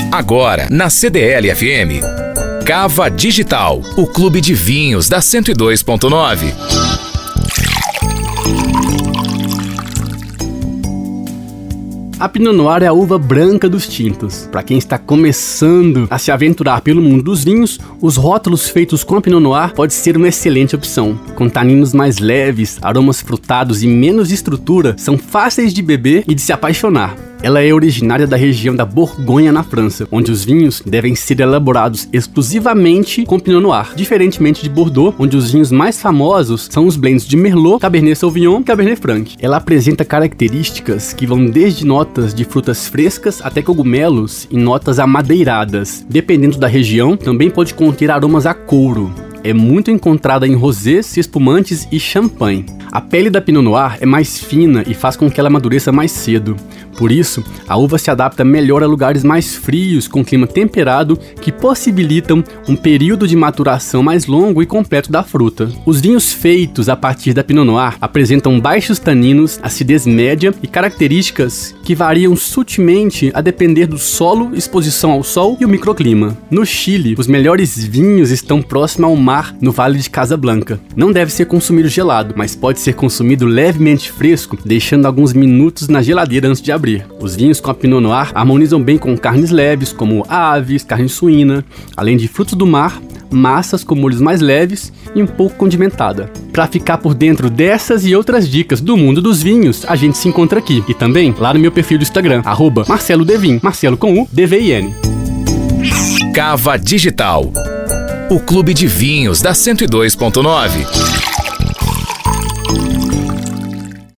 Agora, na CDL-FM, Cava Digital, o clube de vinhos da 102.9. A Pinot Noir é a uva branca dos tintos. Para quem está começando a se aventurar pelo mundo dos vinhos, os rótulos feitos com a Pinot Noir pode ser uma excelente opção. Com taninos mais leves, aromas frutados e menos estrutura, são fáceis de beber e de se apaixonar. Ela é originária da região da Borgonha, na França, onde os vinhos devem ser elaborados exclusivamente com Pinot Noir, diferentemente de Bordeaux, onde os vinhos mais famosos são os blends de Merlot, Cabernet Sauvignon e Cabernet Franc. Ela apresenta características que vão desde notas de frutas frescas até cogumelos e notas amadeiradas. Dependendo da região, também pode conter aromas a couro. É muito encontrada em rosés, espumantes e champanhe. A pele da Pinot Noir é mais fina e faz com que ela amadureça mais cedo. Por isso, a uva se adapta melhor a lugares mais frios, com clima temperado, que possibilitam um período de maturação mais longo e completo da fruta. Os vinhos feitos a partir da Pinot Noir apresentam baixos taninos, acidez média e características que variam sutilmente a depender do solo, exposição ao sol e o microclima. No Chile, os melhores vinhos estão próximos ao mar, no Vale de Casablanca. Não deve ser consumido gelado, mas pode ser consumido levemente fresco, deixando alguns minutos na geladeira antes de abrir. Os vinhos com a Pinot Noir harmonizam bem com carnes leves, como aves, carne suína, além de frutos do mar, massas com molhos mais leves e um pouco condimentada. Para ficar por dentro dessas e outras dicas do mundo dos vinhos, a gente se encontra aqui e também lá no meu perfil do Instagram, @MarceloDevin, Marcelo com U, D-V-I-N. Cava Digital, o clube de vinhos da 102.9.